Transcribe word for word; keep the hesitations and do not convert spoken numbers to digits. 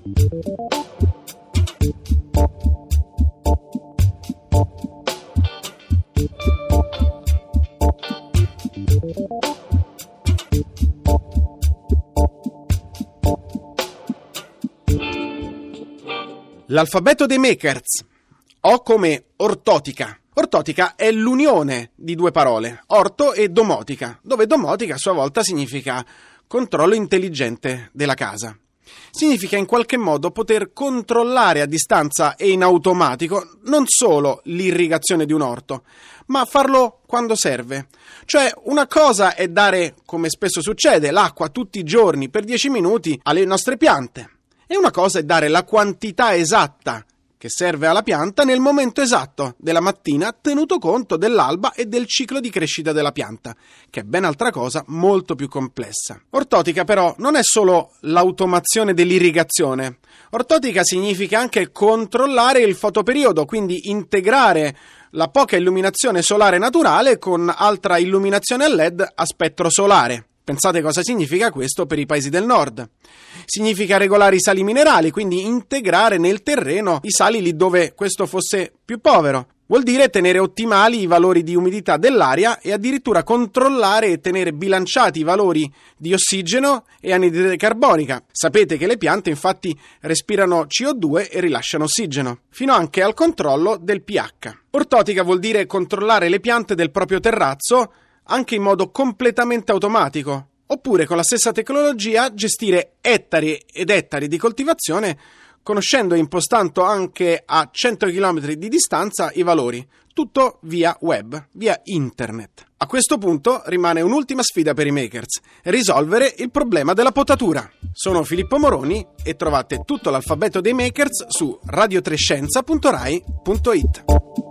L'alfabeto dei makers. O come ortotica. Ortotica è l'unione di due parole, orto e domotica, dove domotica a sua volta significa controllo intelligente della casa. Significa in qualche modo poter controllare a distanza e in automatico non solo l'irrigazione di un orto, ma farlo quando serve. Cioè, una cosa è dare, come spesso succede, l'acqua tutti i giorni per dieci minuti alle nostre piante. E una cosa è dare la quantità esatta che serve alla pianta nel momento esatto della mattina, tenuto conto dell'alba e del ciclo di crescita della pianta, che è ben altra cosa, molto più complessa. Ortotica però non è solo l'automazione dell'irrigazione. Ortotica significa anche controllare il fotoperiodo, quindi integrare la poca illuminazione solare naturale con altra illuminazione a L E D a spettro solare. Pensate cosa significa questo per i paesi del nord. Significa regolare i sali minerali, quindi integrare nel terreno i sali lì dove questo fosse più povero. Vuol dire tenere ottimali i valori di umidità dell'aria e addirittura controllare e tenere bilanciati i valori di ossigeno e anidride carbonica. Sapete che le piante infatti respirano C O due e rilasciano ossigeno, fino anche al controllo del pH. Ortotica vuol dire controllare le piante del proprio terrazzo anche in modo completamente automatico, oppure con la stessa tecnologia gestire ettari ed ettari di coltivazione, conoscendo e impostando anche a cento chilometri di distanza i valori, tutto via web, via internet. A questo punto rimane un'ultima sfida per i makers: risolvere il problema della potatura. Sono Filippo Moroni e trovate tutto l'alfabeto dei makers su radio tre scienza punto rai punto it.